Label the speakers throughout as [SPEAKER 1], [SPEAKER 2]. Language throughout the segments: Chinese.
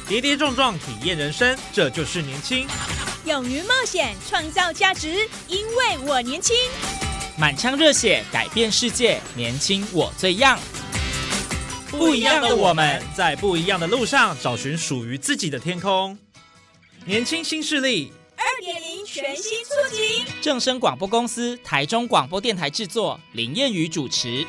[SPEAKER 1] 跌跌撞撞体验人生，这就是年轻。
[SPEAKER 2] 勇于冒险，创造价值，因为我年轻。
[SPEAKER 3] 满腔热血，改变世界，年轻我最样。
[SPEAKER 1] 不一样的我们，在不一样的路上找寻属于自己的天空。年轻新势力
[SPEAKER 2] 2.0全新出击，
[SPEAKER 3] 正声广播公司台中广播电台制作，林燕瑜主持。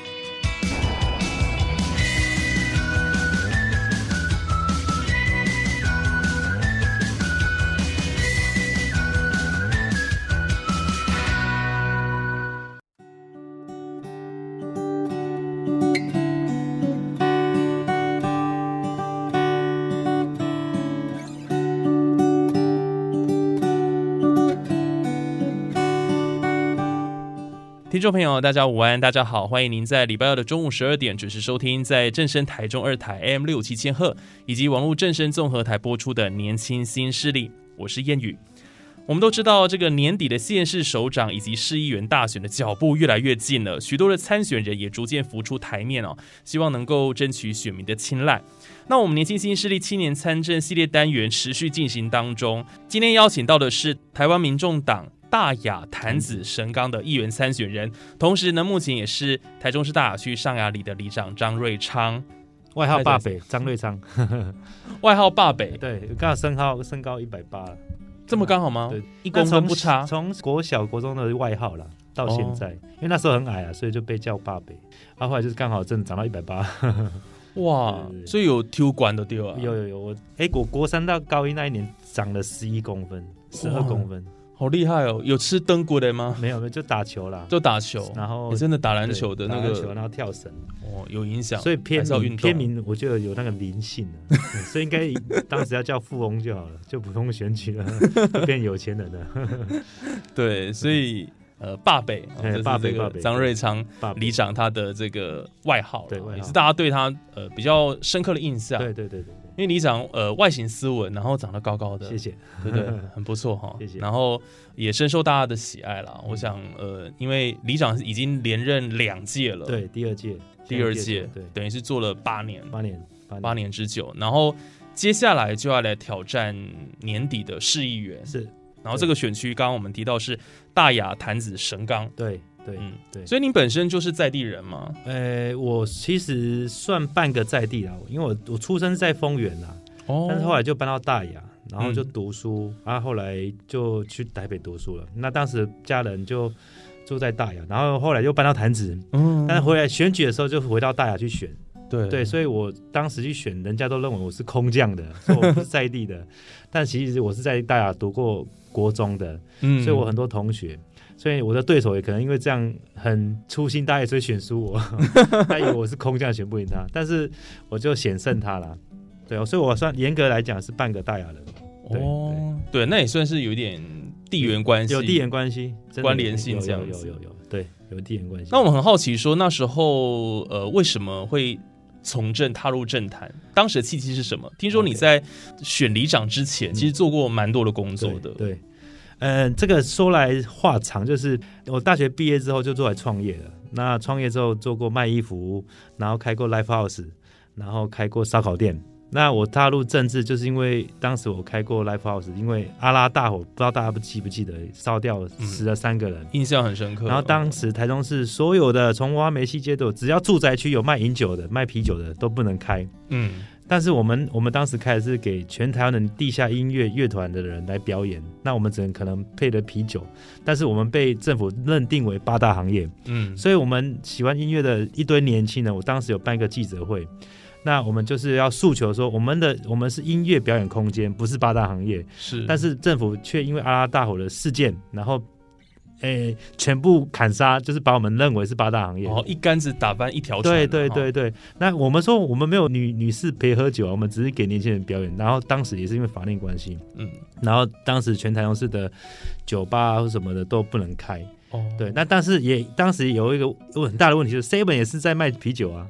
[SPEAKER 4] 听众朋友大家午安，大家好，欢迎您在礼拜二的中午12点准时收听在正声台中2台 AM657千赫以及网络正声综合台播出的年轻新势力，我是燕宇。我们都知道这个年底的县市首长以及市议员大选的脚步越来越近了，许多的参选人也逐渐浮出台面哦，希望能够争取选民的青睐。那我们年轻新势力青年参政系列单元持续进行当中，今天邀请到的是台湾民众党大雅潭子神冈的议员参选人，同时呢，目前也是台中市大雅区上雅里的里长张瑞昌，
[SPEAKER 5] 外号霸北张瑞昌，
[SPEAKER 4] 外号霸北，
[SPEAKER 5] 对，刚好身高180了，
[SPEAKER 4] 这么刚好吗？
[SPEAKER 5] 对
[SPEAKER 4] ，1公分不差。
[SPEAKER 5] 从国小国中的外号啦，到现在，因为那时候很矮啊，所以就被叫霸北。后来就是刚好真的长到180。
[SPEAKER 4] 哇，对对对，所以有抽管的对啊？
[SPEAKER 5] 有，我国3到高1那一年长了11公分，12公分。
[SPEAKER 4] 好厉害哦！有吃灯骨的吗？
[SPEAKER 5] 没有，就打球啦，
[SPEAKER 4] 就打球，
[SPEAKER 5] 然后
[SPEAKER 4] 你真的打篮球的那个，
[SPEAKER 5] 然后跳绳，
[SPEAKER 4] 哦，有影响，
[SPEAKER 5] 所以偏民，我觉得有那个灵性了，所以应该当时要叫富翁就好了，就不用选举了，就变有钱人了。
[SPEAKER 4] 对，所以霸北，
[SPEAKER 5] 霸北
[SPEAKER 4] 张瑞昌里长他的这个外号，对，也是大家对他比较深刻的印象。
[SPEAKER 5] 对。
[SPEAKER 4] 因为里长外形斯文，然后长得高高的，
[SPEAKER 5] 谢谢，
[SPEAKER 4] 对对，很不错哈，
[SPEAKER 5] 谢谢。
[SPEAKER 4] 然后也深受大家的喜爱啦。我想因为里长已经连任2届了，
[SPEAKER 5] 对，第二届，
[SPEAKER 4] 对，等于是做了8年之久。然后接下来就要来挑战年底的市议员，
[SPEAKER 5] 是。
[SPEAKER 4] 然后这个选区刚刚我们提到是大雅潭子神冈，
[SPEAKER 5] 对。
[SPEAKER 4] 所以您本身就是在地人吗？
[SPEAKER 5] 我其实算半个在地啦，因为我出生在丰原啦，但是后来就搬到大雅，然后就读书，后来就去台北读书了。那当时家人就住在大雅，然后后来又搬到潭子，但是回来选举的时候就回到大雅去选。对，所以我当时去选，人家都认为我是空降的，所以我不是在地的。但其实我是在大雅读过国中的，所以我很多同学。所以我的对手也可能因为这样很粗心大意，所以选输我，他以为我是空降选不赢他，但是我就险胜他了。对，所以我算严格来讲是半个大雅人。
[SPEAKER 4] 对，那也算是有点地缘关系，
[SPEAKER 5] 有地缘关系
[SPEAKER 4] 关联性这样子，
[SPEAKER 5] 有，对，有地缘关系。
[SPEAKER 4] 那我们很好奇说，那时候为什么会从政踏入政坛？当时的契机是什么？听说你在选里长之前，其实做过蛮多的工作的。
[SPEAKER 5] 对。这个说来话长，就是我大学毕业之后就出来创业了。那创业之后做过卖衣服，然后开过 live house， 然后开过烧烤店。那我踏入政治，就是因为当时我开过 live house， 因为阿拉大火，不知道大家记不记得，烧掉死了3个人，
[SPEAKER 4] 印象很深刻。
[SPEAKER 5] 然后当时台中市所有的从挖煤西街都只要住宅区有卖饮酒的、卖啤酒的都不能开。但是我们当时开的是给全台湾的地下音乐乐团的人来表演，那我们只能可能配的啤酒，但是我们被政府认定为8大行业，所以我们喜欢音乐的一堆年轻人，我当时有办一个记者会，那我们就是要诉求说，我们是音乐表演空间，不是8大行业，
[SPEAKER 4] 是，
[SPEAKER 5] 但是政府却因为阿拉大火的事件，然后全部砍杀，就是把我们认为是8大行业，
[SPEAKER 4] 一竿子打翻一条船。
[SPEAKER 5] 对。那我们说我们没有女士陪喝酒，我们只是给年轻人表演。然后当时也是因为法令关系，然后当时全台中市的酒吧或什么的都不能开。对，那但是当时有一个很大的问题，就是 Seven 也是在卖啤酒啊。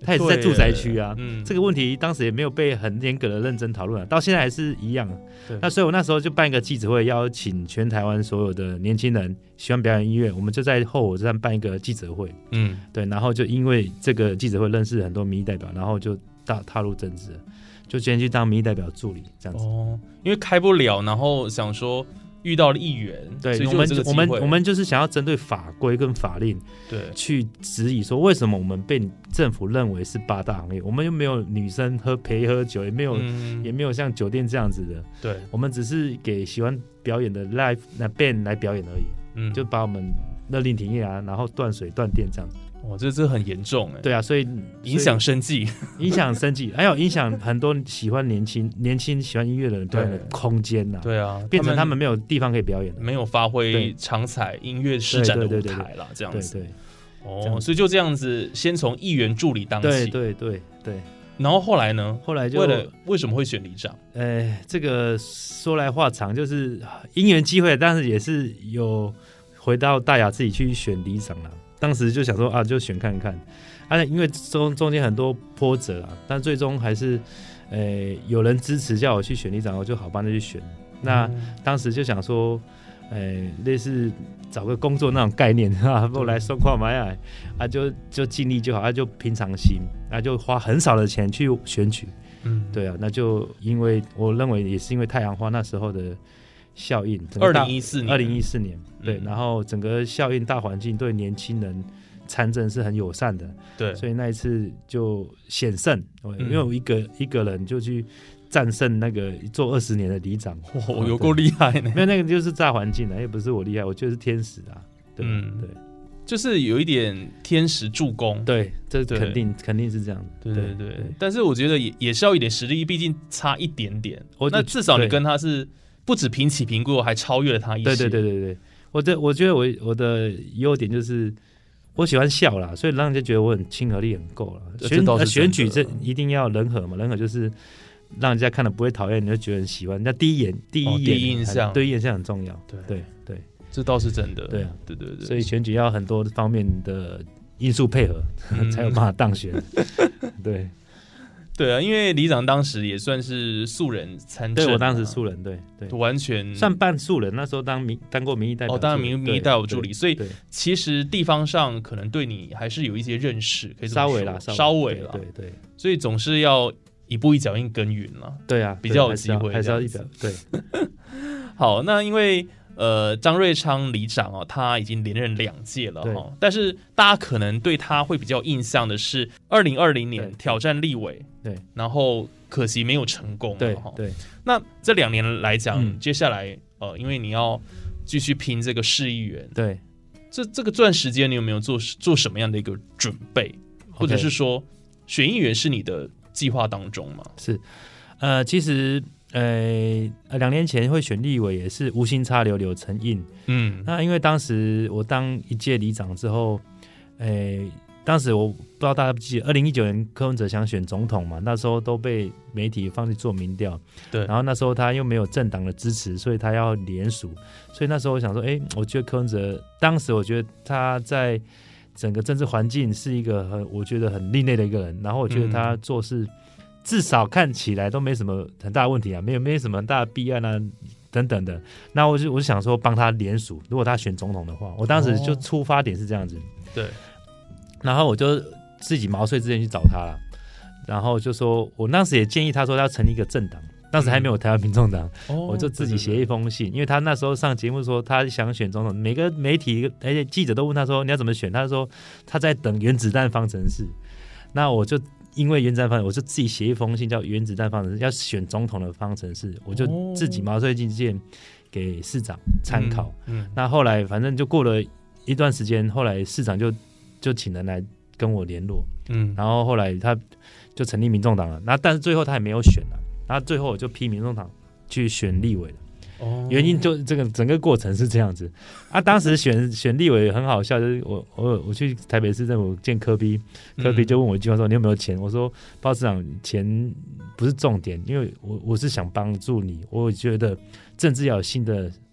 [SPEAKER 5] 他也是在住宅区啊。这个问题当时也没有被很严格的认真讨论，到现在还是一样。那所以我那时候就办一个记者会，邀请全台湾所有的年轻人喜欢表演音乐，我们就在后火车站办一个记者会。对，然后就因为这个记者会认识很多民意代表，然后就踏入政治了，就先去当民意代表助理这样子。
[SPEAKER 4] 因为开不了，然后想说遇到了议员，
[SPEAKER 5] 对，
[SPEAKER 4] 所以就有这个机会。
[SPEAKER 5] 我们就是想要针对法规跟法令，对，去质疑说为什么我们被政府认为是8大行业，我们又没有女生陪喝酒，也没有像酒店这样子的，对，我们只是给喜欢表演的 live 那 band 来表演而已，就把我们勒令停业啊，然后断水断电这样子。
[SPEAKER 4] 这很严重哎。
[SPEAKER 5] 对啊，所以
[SPEAKER 4] 影响生计，
[SPEAKER 5] 还有影响很多喜欢年轻喜欢音乐的人表演的空间呐。
[SPEAKER 4] 对啊，
[SPEAKER 5] 变成他们没有地方可以表演，
[SPEAKER 4] 没有发挥常彩音乐施展的舞台啦，这样子。对，所以就这样子，先从议员助理当起。
[SPEAKER 5] 对。
[SPEAKER 4] 然后后来呢？
[SPEAKER 5] 后来就
[SPEAKER 4] 为什么会选里长？
[SPEAKER 5] 这个说来话长，就是因缘机会，但是也是有回到大雅自己去选里长啦。当时就想说啊，就选看看因为中间很多波折啊，但最终还是有人支持叫我去选里长，我就好吧，那就去选。那当时就想说类似找个工作那种概念不来送跨买就尽力就好，就平常心，就花很少的钱去选举。对啊，那就因为我认为也是因为太阳花那时候的效应，2014年，对，然后整个效应大环境对年轻人参政是很友善的，对，所以那一次就险胜，因为我一个人就去战胜那个做20年的里长，
[SPEAKER 4] 有够厉害呢。
[SPEAKER 5] 没有，那个就是大环境也不是我厉害，我觉得是天时啊，对，
[SPEAKER 4] 就是有一点天时助攻，
[SPEAKER 5] 对，这肯定是这样的，
[SPEAKER 4] 对。但是我觉得也是要一点实力，毕竟差一点点，那至少你跟他是不止平起平坐，还超越了他一些。
[SPEAKER 5] 对，我觉得我的优点就是我喜欢笑啦，所以让人家觉得我很亲和力很够了。选举这一定要人和嘛，人和就是让人家看了不会讨厌，你就觉得很喜欢。人家第一印象很重要。对，
[SPEAKER 4] 这倒是真的。
[SPEAKER 5] 对啊，
[SPEAKER 4] 对。
[SPEAKER 5] 所以选举要很多方面的因素配合，才有办法当选。
[SPEAKER 4] 对啊，因为里长当时也算是素人参政，
[SPEAKER 5] 对，我当时素人，对，
[SPEAKER 4] 完全
[SPEAKER 5] 算半素人。那时候当过民意代表，
[SPEAKER 4] 当然民意代表助理，所以其实地方上可能对你还是有一些认识，可以
[SPEAKER 5] 稍微啦，对，
[SPEAKER 4] 所以总是要一步一脚印耕耘啦。
[SPEAKER 5] 对啊，
[SPEAKER 4] 比较有机会，
[SPEAKER 5] 还是要一脚对。
[SPEAKER 4] 好，那因为张瑞昌里长他已经连任2届了但是大家可能对他会比较印象的是2020年挑战立委，对，然后可惜没有成功，对。那这2年来讲，接下来因为你要继续拼这个市议员，对，这个段时间你有没有做什么样的一个准备，或者是说选议员是你的计划当中吗？
[SPEAKER 5] 是，其实。2年前会选立委也是无心插柳成荫。那因为当时我当一届里长之后，当时我不知道大家不记得，2019年柯文哲想选总统嘛，那时候都被媒体放去做民调，对，然后那时候他又没有政党的支持，所以他要联署，所以那时候我想说，我觉得柯文哲当时我觉得他在整个政治环境是一个我觉得很另类的一个人，然后我觉得他做事。至少看起来都没什么很大的问题啊，没什么很大的弊案啊等等的。那我就想说帮他联署，如果他选总统的话，我当时就出发点是这样子。对，然后我就自己毛遂自荐去找他了，然后就说我当时也建议他说要成立一个政党，当时还没有台湾民众党，我就自己写一封信，因为他那时候上节目说他想选总统，每个媒体而且记者都问他说你要怎么选，他说他在等原子弹方程式，那我就。因为原子弹方程式，我就自己写一封信叫原子弹方程式，要选总统的方程式，我就自己毛遂自荐给市长参考。那后来反正就过了一段时间，后来市长就请人来跟我联络，然后后来他就成立民众党了。那但是最后他也没有选了，然后最后我就批民众党去选立委了。原因就这个整个过程是这样子啊。当时选立委很好笑，就是我去台北市政府见柯 P 就问我一句话说你有没有钱？我说包市长钱不是重点，因为我是想帮助你，我觉得政治要有新的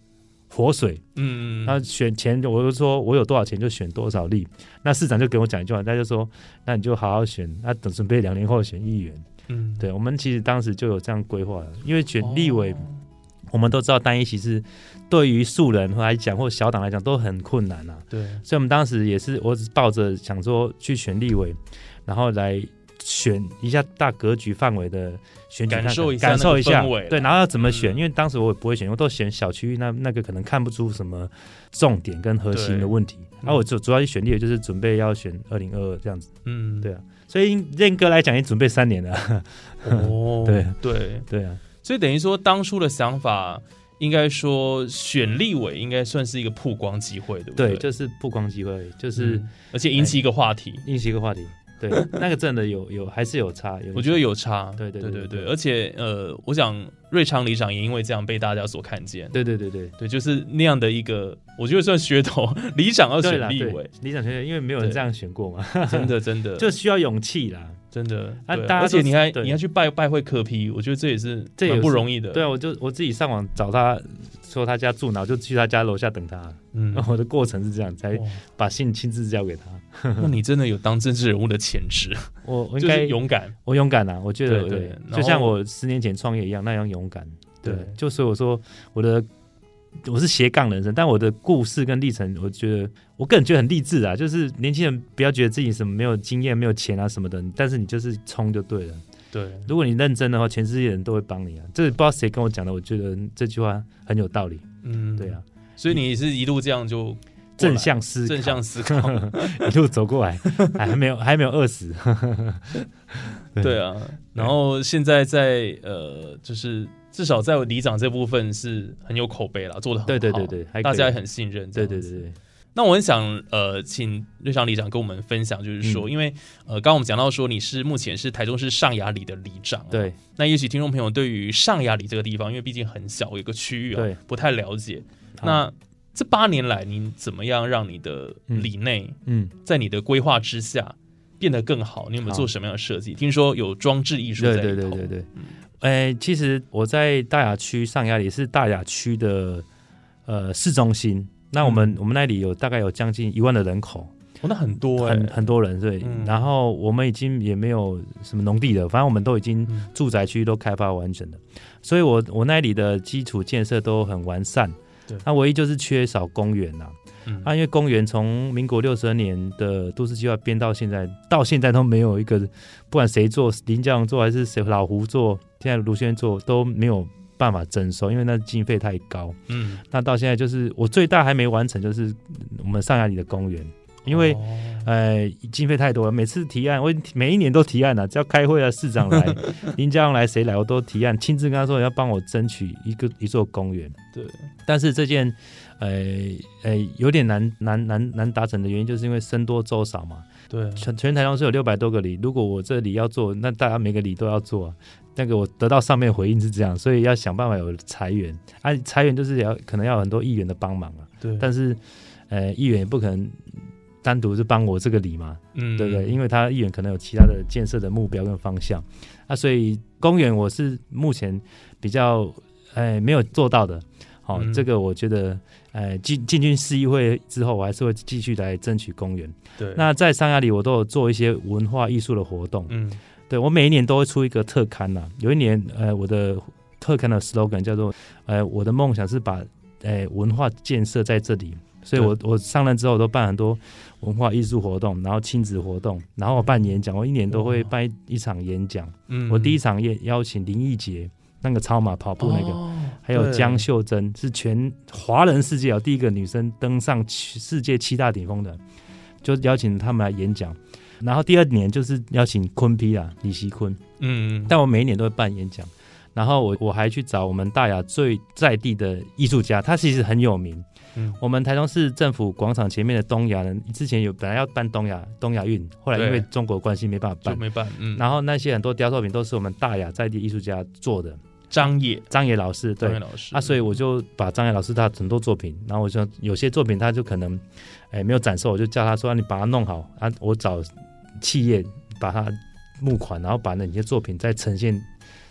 [SPEAKER 5] 活水，然后选钱，我就说我有多少钱就选多少例。那市长就跟我讲一句话，他就说，那你就好好选，那等准备2年后选议员。对，我们其实当时就有这样规划了，因为选立委，我们都知道单一席是对于素人来讲或小党来讲都很困难啊。
[SPEAKER 4] 对，
[SPEAKER 5] 所以我们当时也是，我只抱着想说去选立委，然后来选一下大格局范围的选举，
[SPEAKER 4] 感受一
[SPEAKER 5] 下
[SPEAKER 4] 氛围。
[SPEAKER 5] 对，然后要怎么选？因为当时我也不会选，我都选小区域，那个可能看不出什么重点跟核心的问题。然后我主要去选立委，就是准备要选2022这样子。对啊，所以任哥来讲也准备3年了。对啊，
[SPEAKER 4] 所以等于说当初的想法。应该说选立委应该算是一个曝光机会，对不对？
[SPEAKER 5] 对，就是曝光机会，就是
[SPEAKER 4] 而且引起一个话题，
[SPEAKER 5] 对，那个真的有还是有差，
[SPEAKER 4] 我觉得有差，对，而且我想瑞昌里长也因为这样被大家所看见，
[SPEAKER 5] 对，
[SPEAKER 4] 就是那样的一个，我觉得算噱头，里长要选立委，
[SPEAKER 5] 里长选，因为没有人这样选过嘛，
[SPEAKER 4] 真的
[SPEAKER 5] 就需要勇气啦。
[SPEAKER 4] 真的，而且你还去拜会柯 P， 我觉得这也是蛮不容易的。
[SPEAKER 5] 对啊，我自己上网找他，说他家住哪，我就去他家楼下等他。我的过程是这样，才把信亲自交给他。
[SPEAKER 4] 那你真的有当政治人物的潜质，
[SPEAKER 5] 我应该
[SPEAKER 4] 就是勇敢，
[SPEAKER 5] 我勇敢啊，我觉得对，就像我10年前创业一样，那样勇敢。对，就所以我说我是斜杠人生，但我的故事跟历程，我个人觉得很励志啊。就是年轻人不要觉得自己什么没有经验、没有钱啊什么的，但是你就是冲就对了。
[SPEAKER 4] 对，如
[SPEAKER 5] 果你认真的话，全世界人都会帮你啊。这个不知道谁跟我讲的，我觉得这句话很有道理。对啊，
[SPEAKER 4] 所以你是一路这样就
[SPEAKER 5] 正向思考，一路走过来，还没有饿死。
[SPEAKER 4] 对啊，然后现在在就是至少在里长这部分是很有口碑啦，做得很好，对，大家也很信任。对。那我很想请瑞昌里长跟我们分享，就是说，因为刚刚我们讲到说你是目前是台中市上雅里的里长，对，那也许听众朋友对于上雅里这个地方，因为毕竟很小一个区域啊，不太了解。那这8年来，你怎么样让你的里内，在你的规划之下变得更好？你有没有做什么样的设计？听说有装置艺术在里头。
[SPEAKER 5] 对。其实我在大雅区上雅里是大雅区的市中心。那我们那里大概有将近1万的人口，
[SPEAKER 4] 那很多
[SPEAKER 5] 很多人，对。然后我们已经也没有什么农地了，反正我们都已经住宅区都开发完整了，所以我那里的基础建设都很完善。那唯一就是缺少公园啦。因为公园从民国62年的都市计划编到现在都没有一个，不管谁做，林佳龙做还是谁老胡做，现在卢先生做都没有办法征收，因为那经费太高。那到现在就是我最大还没完成，就是我们上雅里的公园，因为经费太多了，每次提案我每一年都提案只要开会市长来林佳龙来谁来我都提案，亲自跟他说要帮我争取一座公园。对，但是这件有点难达成的原因，就是因为僧多粥少嘛。对，全台中是有600多个里，如果我这里要做，那大家每个里都要做。那个我得到上面回应是这样，所以要想办法有裁员裁员就是可能要有很多议员的帮忙啊。对，但是议员也不可能单独是帮我这个里嘛，对不对？因为他议员可能有其他的建设的目标跟方向所以公园我是目前比较没有做到的。这个我觉得进军市议会之后，我还是会继续来争取公园。对，那在上雅里我都有做一些文化艺术的活动。对，我每一年都会出一个特刊有一年我的特刊的 slogan 叫做我的梦想是把文化建设在这里，所以我上任之后都办很多文化艺术活动，然后亲子活动，然后我办演讲，我一年都会办一场演讲。我第一场邀请林义杰，那个超马跑步那个，还有江秀珍，是全华人世界第一个女生登上世界7大顶峰的，就邀请他们来演讲。然后第2年就是邀请昆 P 李锡坤，但我每一年都会办演讲。然后我还去找我们大雅最在地的艺术家，他其实很有名。我们台中市政府广场前面的东亚人，之前本来要办东亚运，后来因为中国关系没办法办，然后那些很多雕塑品都是我们大雅在地艺术家做的。张野老师，对，所以我就把张野老师他很多作品，然后我就有些作品他就可能没有展售，我就叫他说你把它弄好我找企业把它募款，然后把那些作品再呈现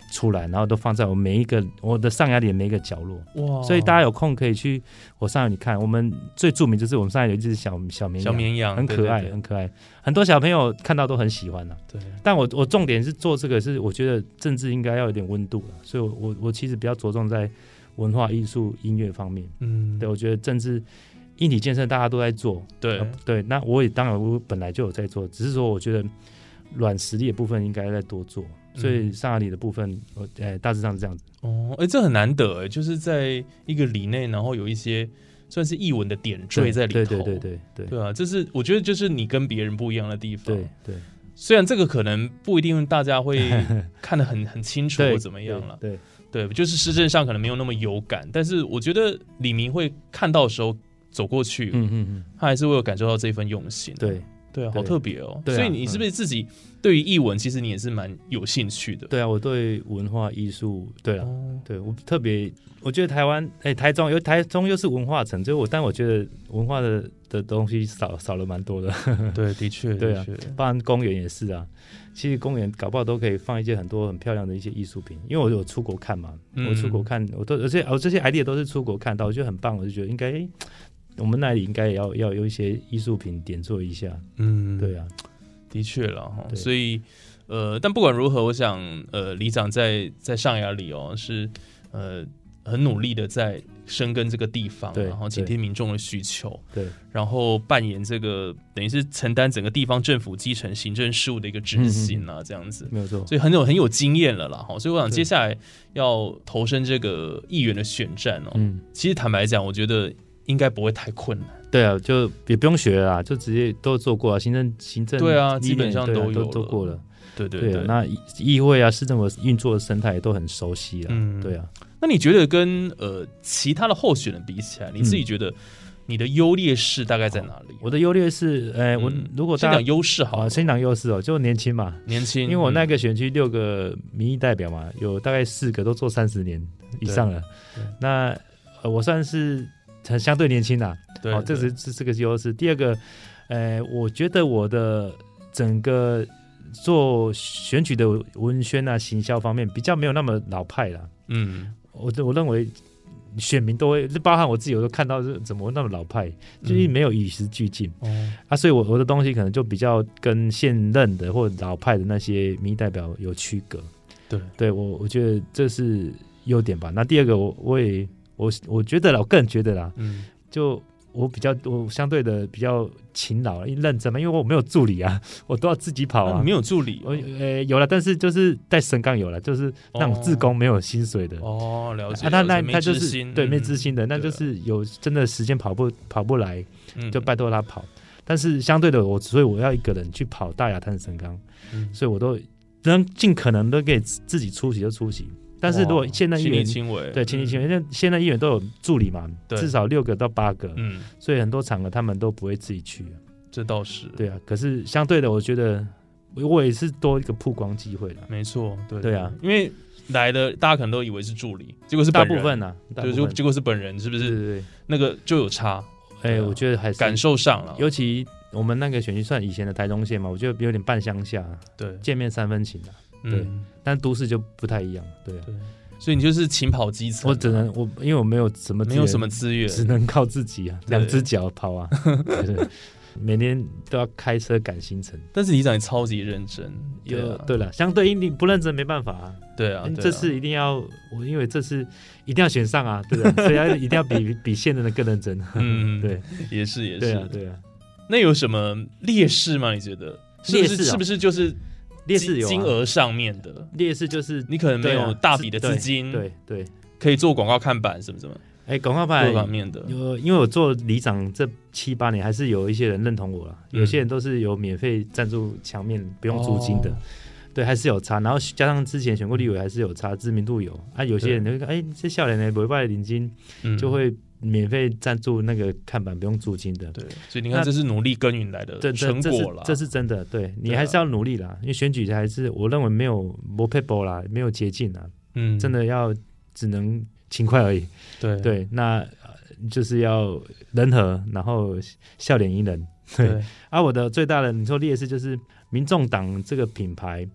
[SPEAKER 5] 出来，然后都放在我的上雅里的每一个角落。
[SPEAKER 4] 哇！
[SPEAKER 5] 所以大家有空可以去我上雅里看。我们最著名就是我们上雅里有一只小绵羊，很可爱，很可爱。很多小朋友看到都很喜欢对，但我重点是做这个，是我觉得政治应该要有点温度所以我其实比较着重在文化艺术音乐方面。对，我觉得政治硬体建设大家都在做，对，那我也当然我本来就有在做，只是说我觉得软实力的部分应该再多做。所以上雅里的部分大致上是这样子。
[SPEAKER 4] 这很难得就是在一个里内，然后有一些算是艺文的点缀在里头。对啊，这是我觉得就是你跟别人不一样的地方。对，虽然这个可能不一定大家会看得很清楚或怎么样了。对，就是施政上可能没有那么有感，但是我觉得里民会看到的时候走过去，他还是会有感受到这份用心。对啊，好特别所以你是不是自己对于艺文其实你也是蛮有兴趣的？对
[SPEAKER 5] 啊，我对文化艺术，对我特别，我觉得台湾台中又是文化城，所以但我觉得文化的东西少了蛮多的。
[SPEAKER 4] 对，的确，
[SPEAKER 5] 对啊，包含公园也是啊。其实公园搞不好都可以放一些很多很漂亮的一些艺术品，因为我有出国看嘛，我出国看，而且这些 idea 都是出国看到，我觉得很棒，我就觉得应该。我们那里应该也要有一些艺术品点缀一下。对啊，
[SPEAKER 4] 的确啦。所以但不管如何，我想里长在上雅里是很努力的在深耕这个地方，然后倾听民众的需求，然后扮演这个等于是承担整个地方政府基层行政事务的一个执行这样子
[SPEAKER 5] 没有错，
[SPEAKER 4] 所以很有经验了啦。所以我想接下来要投身这个议员的选战其实坦白讲，我觉得应该不会太困难。
[SPEAKER 5] 对啊，就也不用学了啦，就直接都做过行政
[SPEAKER 4] 对啊，基本上都有
[SPEAKER 5] 做过了。对，
[SPEAKER 4] 那
[SPEAKER 5] 议会啊，市政府运作的生态也都很熟悉了。对啊。
[SPEAKER 4] 那你觉得跟其他的候选人比起来，你自己觉得你的优劣势大概在哪里？
[SPEAKER 5] 我的优劣势，我如果
[SPEAKER 4] 先讲优势好了，
[SPEAKER 5] 先讲优势就年轻嘛，因为我那个选区6个民意代表嘛，有大概4个都做30年以上了，那我算是相对年轻啦。这是个优势。第二个，我觉得我的整个做选举的文宣啊、行销方面比较没有那么老派啦。我认为选民都会，包含我自己，我都看到是怎么那么老派，就是没有与时俱进。所以我的东西可能就比较跟现任的或老派的那些民意代表有区隔。对，我觉得这是优点吧。那第二个，我觉得啦，我个人觉得啦，就我相对的比较勤劳，认真嘛，因为我没有助理啊，我都要自己跑啊。
[SPEAKER 4] 没有助理？
[SPEAKER 5] 有了，但是就是在神冈有了，就是那种志工没有薪水的。
[SPEAKER 4] 了解。
[SPEAKER 5] 他就是没资薪的，那就是有真的时间跑不来，就拜托他跑。但是相对的，所以我要一个人去跑大雅滩神冈，所以我都能尽可能都可以自己出席就出席。但是如果现在议员
[SPEAKER 4] 亲力
[SPEAKER 5] 亲为，现在议员都有助理嘛，至少6个到8个，所以很多场合他们都不会自己去。
[SPEAKER 4] 这倒是。
[SPEAKER 5] 对啊，可是相对的，我觉得我也是多一个曝光机会了。
[SPEAKER 4] 没错，
[SPEAKER 5] 对啊，
[SPEAKER 4] 因为来的大家可能都以为是助理，结果是本人，
[SPEAKER 5] 大部分啊，
[SPEAKER 4] 结果是本人，是不是？
[SPEAKER 5] 对，
[SPEAKER 4] 那个就有差。
[SPEAKER 5] 我觉得还是
[SPEAKER 4] 感受上了，
[SPEAKER 5] 尤其我们那个选区算以前的台中县嘛，我觉得有点半乡下，
[SPEAKER 4] 对，
[SPEAKER 5] 见面3分情对，但都市就不太一样，对。
[SPEAKER 4] 所以你就是勤跑基层，
[SPEAKER 5] 因为我没有什么
[SPEAKER 4] 资源，
[SPEAKER 5] 只能靠自己啊，2只脚跑啊，每天都要开车赶行程。
[SPEAKER 4] 但是里长也超级认真，
[SPEAKER 5] 对了，相对你不认真没办法啊。
[SPEAKER 4] 对啊，
[SPEAKER 5] 这次一定要因为这次一定要选上啊，对不对？所以一定要比现任的更认真。对，
[SPEAKER 4] 也是，
[SPEAKER 5] 对啊。
[SPEAKER 4] 那有什么劣势吗？你觉得是不是就是？
[SPEAKER 5] 劣势有
[SPEAKER 4] 金额上面的
[SPEAKER 5] 劣势就是
[SPEAKER 4] 你可能没有大笔的资金，
[SPEAKER 5] 对，
[SPEAKER 4] 可以做广告看板什么。
[SPEAKER 5] 广告板
[SPEAKER 4] 方面的
[SPEAKER 5] 因为我做里长这7-8年，还是有一些人认同我了，有些人都是有免费赞助墙面不用租金的，对，还是有差。然后加上之前选过立委，还是有差，知名度有啊。有些人就会说，这少年的委外领金就会免费赞助那个看板不用租金的。
[SPEAKER 4] 对，所以你看这是努力耕耘来的成果了，
[SPEAKER 5] 这是真的。对，你还是要努力啦，因为选举还是我认为没有撇步啦，没有捷径啦，真的只能勤快而已。对，那就是要人和，然后笑脸迎人。对，我的最大的你说劣势就是民众党这个品牌，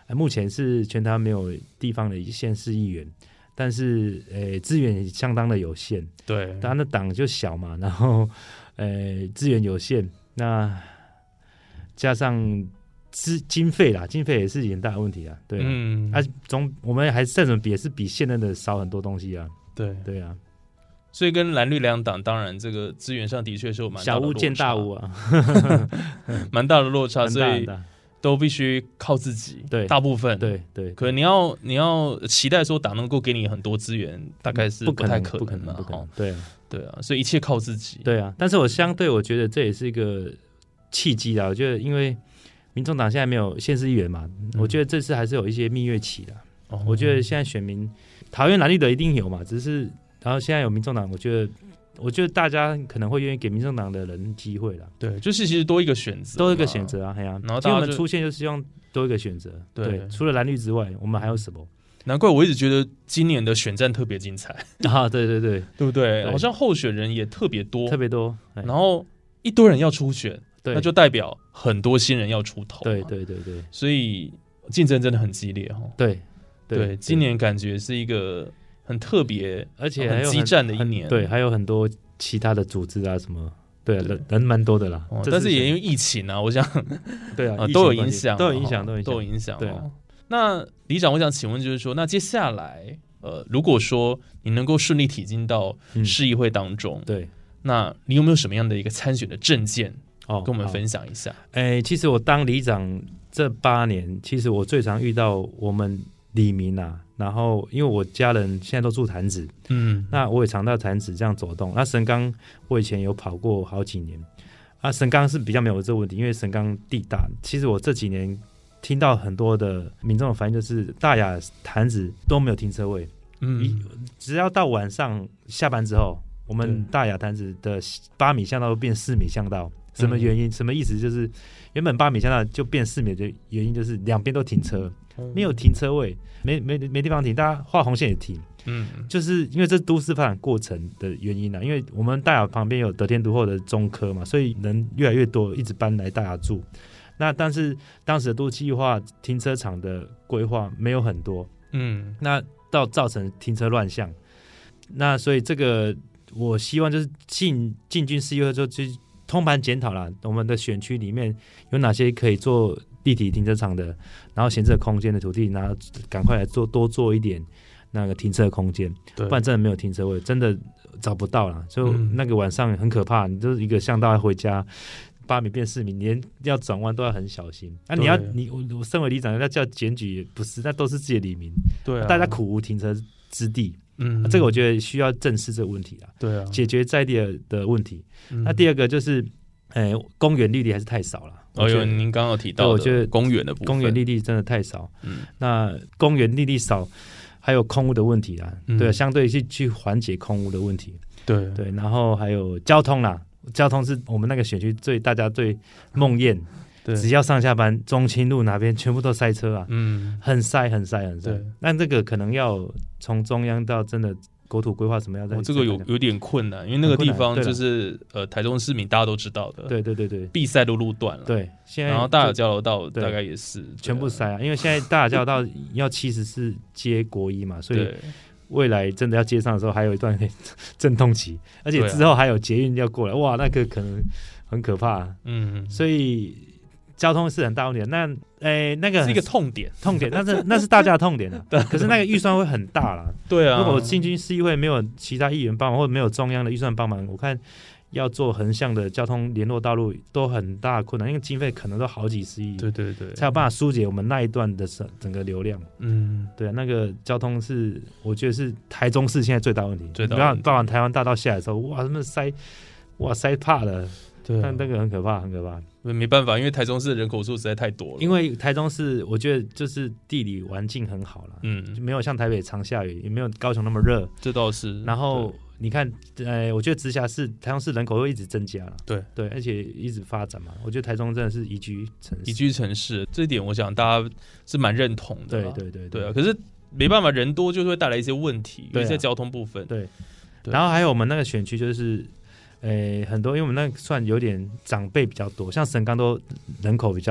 [SPEAKER 5] 目前是全台湾没有地方的县市议员，但是资源也相当的有限。
[SPEAKER 4] 对，
[SPEAKER 5] 当然的党就小嘛，然后资源有限，那加上经费啦，经费也是很大的问题啊。对啊，我们还是再怎么比，也是比现任的少很多东西啊。对啊。
[SPEAKER 4] 所以跟蓝绿两党当然这个资源上的确是有蛮大的落差，
[SPEAKER 5] 小巫见大巫啊，
[SPEAKER 4] 蛮大的落差，所以都必须靠自己。
[SPEAKER 5] 对，
[SPEAKER 4] 大部分
[SPEAKER 5] 对。
[SPEAKER 4] 可能你要期待说党能够给你很多资源，大概是不太可能嘛。对啊，所以一切靠自己。
[SPEAKER 5] 对啊，但是我觉得这也是一个契机啦。我觉得因为民众党现在没有县市议员嘛，我觉得这次还是有一些蜜月期的。我觉得现在选民讨厌蓝绿的一定有嘛，只是。然后现在有民众党，我觉得大家可能会愿意给民众党的人机会啦。
[SPEAKER 4] 对，就是其实多一个选择，
[SPEAKER 5] 多一个选择啊，然后我们出现就希望多一个选择。对，除了蓝绿之外，我们还有什么？
[SPEAKER 4] 难怪我一直觉得今年的选战特别精彩
[SPEAKER 5] 啊！对不对？
[SPEAKER 4] 好像候选人也特别多，然后一堆人要出选，那就代表很多新人要出头。
[SPEAKER 5] 对，
[SPEAKER 4] 所以竞争真的很激烈哈。对，今年感觉是一个很特别，
[SPEAKER 5] 而且
[SPEAKER 4] 很激战的一年。
[SPEAKER 5] 对，还有很多其他的组织啊什么，对，人蛮多的啦。
[SPEAKER 4] 但是也因为疫情啊，我想，
[SPEAKER 5] 对啊，
[SPEAKER 4] 都有影响，
[SPEAKER 5] 都有影响。
[SPEAKER 4] 对啊。那里长，我想请问，就是说，那接下来，如果说你能够顺利挺进到市议会当中，
[SPEAKER 5] 对，
[SPEAKER 4] 那你有没有什么样的一个参选的政见，跟我们分享一下？
[SPEAKER 5] 其实我当里长这8年，其实我最常遇到我们里民啊，然后因为我家人现在都住潭子，那我也常到潭子这样走动。那神冈我以前有跑过好几年，神冈是比较没有这个问题，因为神冈地大。其实我这几年听到很多的民众的反应，就是大雅潭子都没有停车位，只要到晚上下班之后，我们大雅潭子的8米巷道变4米巷道，什么原因？什么意思？就是原本8米巷道就变4米的原因，就是两边都停车，没有停车位，没地方停，大家画红线也停，就是因为这是都市发展过程的原因因为我们大雅旁边有得天独厚的中科嘛，所以人越来越多，一直搬来大雅住。那但是当时的都计划停车场的规划没有很多，那造成停车乱象。那所以这个我希望就是进军市议会之后，就通盘检讨啦，我们的选区里面有哪些可以做立体停车场的，然后闲置空间的土地，然后赶快来多做一点那个停车空间，不然真的没有停车位，真的找不到啦。就那个晚上很可怕，你就是一个巷道回家。8米变4米，连要转弯都要很小心。我身为里长要叫检举也不是，那都是自己的里民，大家苦无停车之地。这个我觉得需要正视这个问题啦，解决在地的问题。那第二个就是，公园绿地还是太少了。
[SPEAKER 4] 您刚刚有提到，我觉得公园的部分，
[SPEAKER 5] 公园绿地真的太少。那公园绿地少，还有空污的问题啦。对，相对去缓解空污的问题。对，然后还有交通啦。交通是我们那个选区大家最梦魇，只要上下班，中清路哪边全部都塞车啊，很塞。那这个可能要从中央到真的国土规划什么样在，
[SPEAKER 4] 这个有点困难，因为那个地方就是台中市民大家都知道的，
[SPEAKER 5] 对，
[SPEAKER 4] 必塞的路段了，
[SPEAKER 5] 对，现在
[SPEAKER 4] 然后大雅交流道大概也是
[SPEAKER 5] 全部塞因为现在大雅交流道要74接国一嘛，所以未来真的要接上的时候，还有一段阵痛期，而且之后还有捷运要过来，哇，那个可能很可怕。所以交通是很大问题。那个
[SPEAKER 4] 是一个痛点，
[SPEAKER 5] 那是大家的痛点可是那个预算会很大啦。
[SPEAKER 4] 对啊，
[SPEAKER 5] 如果进军市议会没有其他议员帮忙，或者没有中央的预算帮忙，我看要做横向的交通联络道路都很大的困难，因为经费可能都好几十亿，
[SPEAKER 4] 对，
[SPEAKER 5] 才有办法疏解我们那一段的整个流量。对啊，那个交通是我觉得是台中市现在最大问题。不要包含台湾大道下来的时候，哇，他们塞怕了。对，但那个很可怕。
[SPEAKER 4] 没办法，因为台中市的人口数实在太多了。
[SPEAKER 5] 因为台中市，我觉得就是地理环境很好了，没有像台北常下雨，也没有高雄那么热，
[SPEAKER 4] 这倒是。
[SPEAKER 5] 然后你看，我觉得直辖市、台中市人口会一直增加了，对，而且一直发展嘛。我觉得台中真的是宜居城市，
[SPEAKER 4] 这一点我想大家是蛮认同的。对啊，可是没办法，人多就会带来一些问题，尤其在交通部分。对，
[SPEAKER 5] 然后还有我们那个选区就是。很多，因为我们那算有点长辈比较多，像神冈都人口比较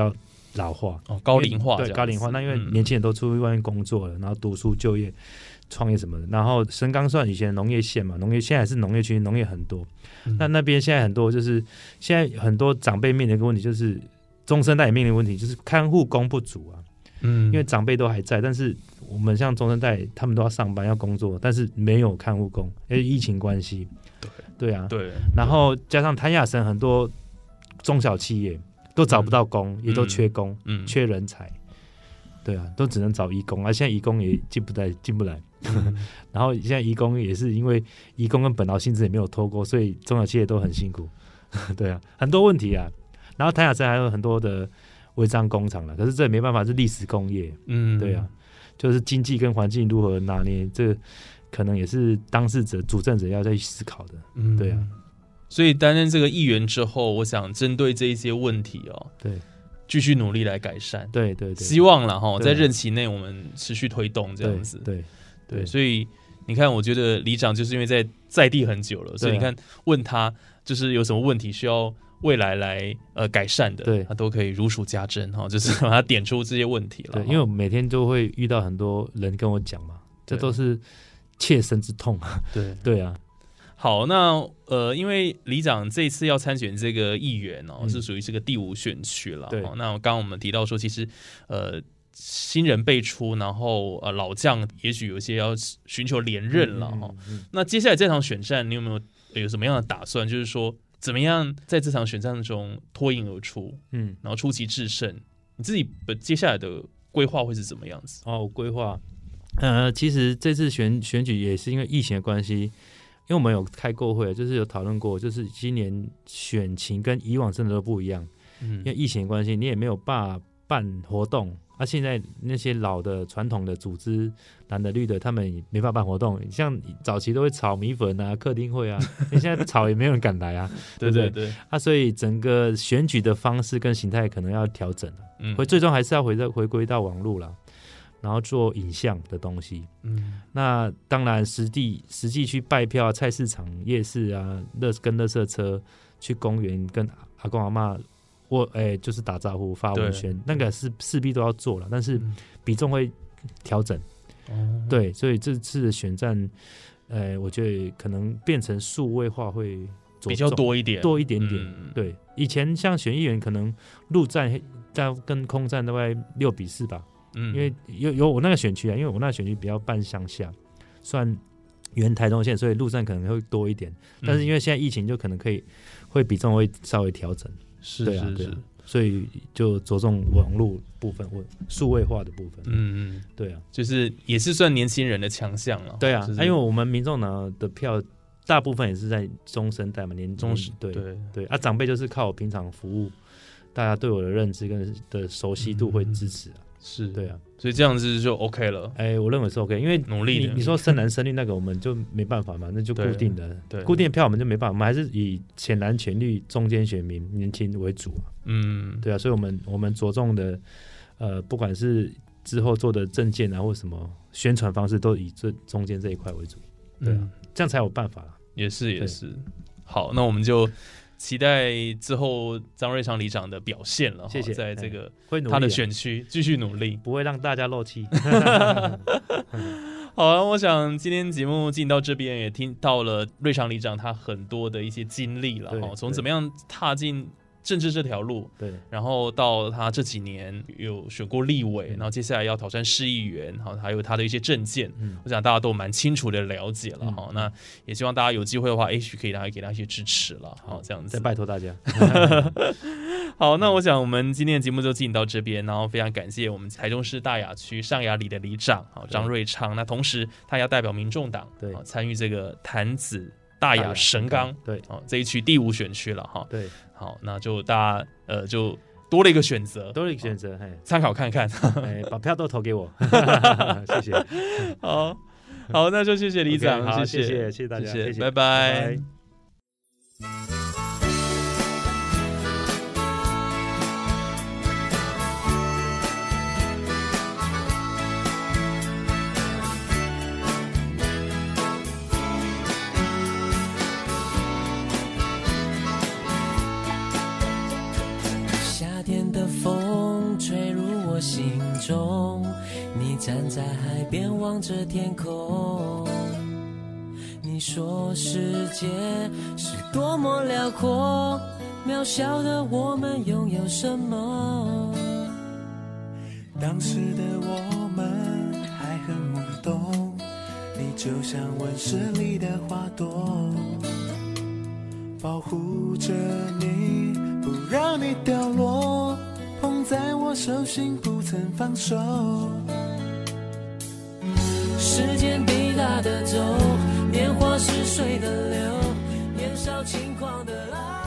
[SPEAKER 5] 老化
[SPEAKER 4] 高龄化，
[SPEAKER 5] 对高龄化。那因为年轻人都出去外面工作了，然后读书、就业、创业什么的。然后神冈算以前农业县嘛，农业现在还是农业区，农业很多。那边现在很多就是现在很多长辈面临一个问题，就是中生代也面临问题，就是看护工不足啊。因为长辈都还在，但是我们像中生代，他们都要上班要工作，但是没有看护工，因为疫情关系。对啊，对。然后加上谭雅神很多中小企业都找不到工，也都缺工，缺人才。对啊，都只能找移工，现在移工也进不来。然后现在移工也是因为移工跟本劳薪资也没有脱钩，所以中小企业都很辛苦。对啊，很多问题啊。然后谭雅神还有很多的违章工厂了，可是这也没办法，是历史工业。对啊，就是经济跟环境如何拿捏，这可能也是当事者、主政者要再去思考的。对啊。
[SPEAKER 4] 所以担任这个议员之后，我想针对这一些问题
[SPEAKER 5] 对，
[SPEAKER 4] 继续努力来改善。对，希望啦在任期内我们持续推动这样子。对，所以你看，我觉得里长就是因为在地很久了，所以你看问他就是有什么问题需要未来来改善的，他都可以如数家珍就是把他点出这些问题了。
[SPEAKER 5] 对，因为我每天都会遇到很多人跟我讲嘛，这都是切身之痛。对啊。
[SPEAKER 4] 好，那因为里长这一次要参选这个议员是属于这个第5选区了。那刚刚我们提到说，其实新人辈出，然后老将也许有些要寻求连任了那接下来这场选战，你有什么样的打算？就是说，怎么样在这场选战中脱颖而出？然后出奇制胜，你自己接下来的规划会是怎么样子？
[SPEAKER 5] 规划，其实这次选举也是因为疫情的关系。因为我们有开过会，就是有讨论过，就是今年选情跟以往真的都不一样。因为疫情的关系，你也没有办法办活动。现在那些老的传统的组织，蓝的绿的，他们也没办法办活动。像早期都会炒米粉啊、客厅会啊，现在炒也没有人敢来啊，对不对？所以整个选举的方式跟形态可能要调整了。最终还是要回归到网络啦。然后做影像的东西，那当然实际去拜票、菜市场、夜市啊，跟垃圾车去公园跟阿公阿嬷，就是打招呼、发文宣，那个是势必都要做了，但是比重会调整。对，所以这次的选战，我觉得可能变成数位化会
[SPEAKER 4] 比较多一点
[SPEAKER 5] 点。对，以前像选议员可能陆战跟空战大概6-4吧。因为有我那个选区因为我那个选区比较半乡下，算原台中县，所以陆战可能会多一点。但是因为现在疫情，就可能会比重会稍微调整。是，所以就着重网络部分或数位化的部分。对啊，
[SPEAKER 4] 就是也是算年轻人的强项了。
[SPEAKER 5] 对啊，因为我们民众党的票大部分也是在中生代嘛，对长辈就是靠我平常服务，大家对我的认知跟的熟悉度会支持
[SPEAKER 4] 是，
[SPEAKER 5] 对啊，
[SPEAKER 4] 所以这样子就 OK 了。
[SPEAKER 5] 我认为是 OK， 因为
[SPEAKER 4] 努力的。
[SPEAKER 5] 你说生男生女那个我们就没办法嘛，那就固定的，固定的票我们就没办法，我们还是以浅蓝浅绿中间选民年轻为主对啊，所以我们着重的不管是之后做的政见啊或什么宣传方式，都以这中间这一块为主。对啊，这样才有办法啦。
[SPEAKER 4] 也是。好，那我们就期待之后张瑞昌里长的表现了。
[SPEAKER 5] 谢谢，
[SPEAKER 4] 在这个他的选区继续努力，
[SPEAKER 5] 不会让大家漏气。
[SPEAKER 4] 好了，我想今天节目进到这边，也听到了瑞昌里长他很多的一些经历了，从怎么样踏进政治这条路，
[SPEAKER 5] 对，
[SPEAKER 4] 然后到他这几年有选过立委，然后接下来要挑战市议员，还有他的一些政见，我想大家都蛮清楚的了解了那也希望大家有机会的话，也许可以给他一些支持了，这样子，
[SPEAKER 5] 再拜托大家。
[SPEAKER 4] 好，那我想我们今天的节目就进行到这边，然后非常感谢我们台中市大雅区上雅里的里长张瑞昌，那同时他要代表民众党参与这个潭子大雅神冈这一区第5选区了
[SPEAKER 5] 对，
[SPEAKER 4] 好，那就大家就多了一个选择，参考看看，
[SPEAKER 5] 把票都投给我，谢谢。
[SPEAKER 4] 好，那就谢谢里长，
[SPEAKER 5] 谢谢大家，
[SPEAKER 4] 拜拜。
[SPEAKER 6] 夏天的风吹梦，你站在海边望着天空，你说世界是多么辽阔，渺小的我们拥有什么？
[SPEAKER 7] 当时的我们还很懵懂，你就像温室里的花朵，保护着你，不让你掉落，捧在我手心不曾放手。
[SPEAKER 6] 时间滴答的走，年华是水的流，年少轻狂的爱。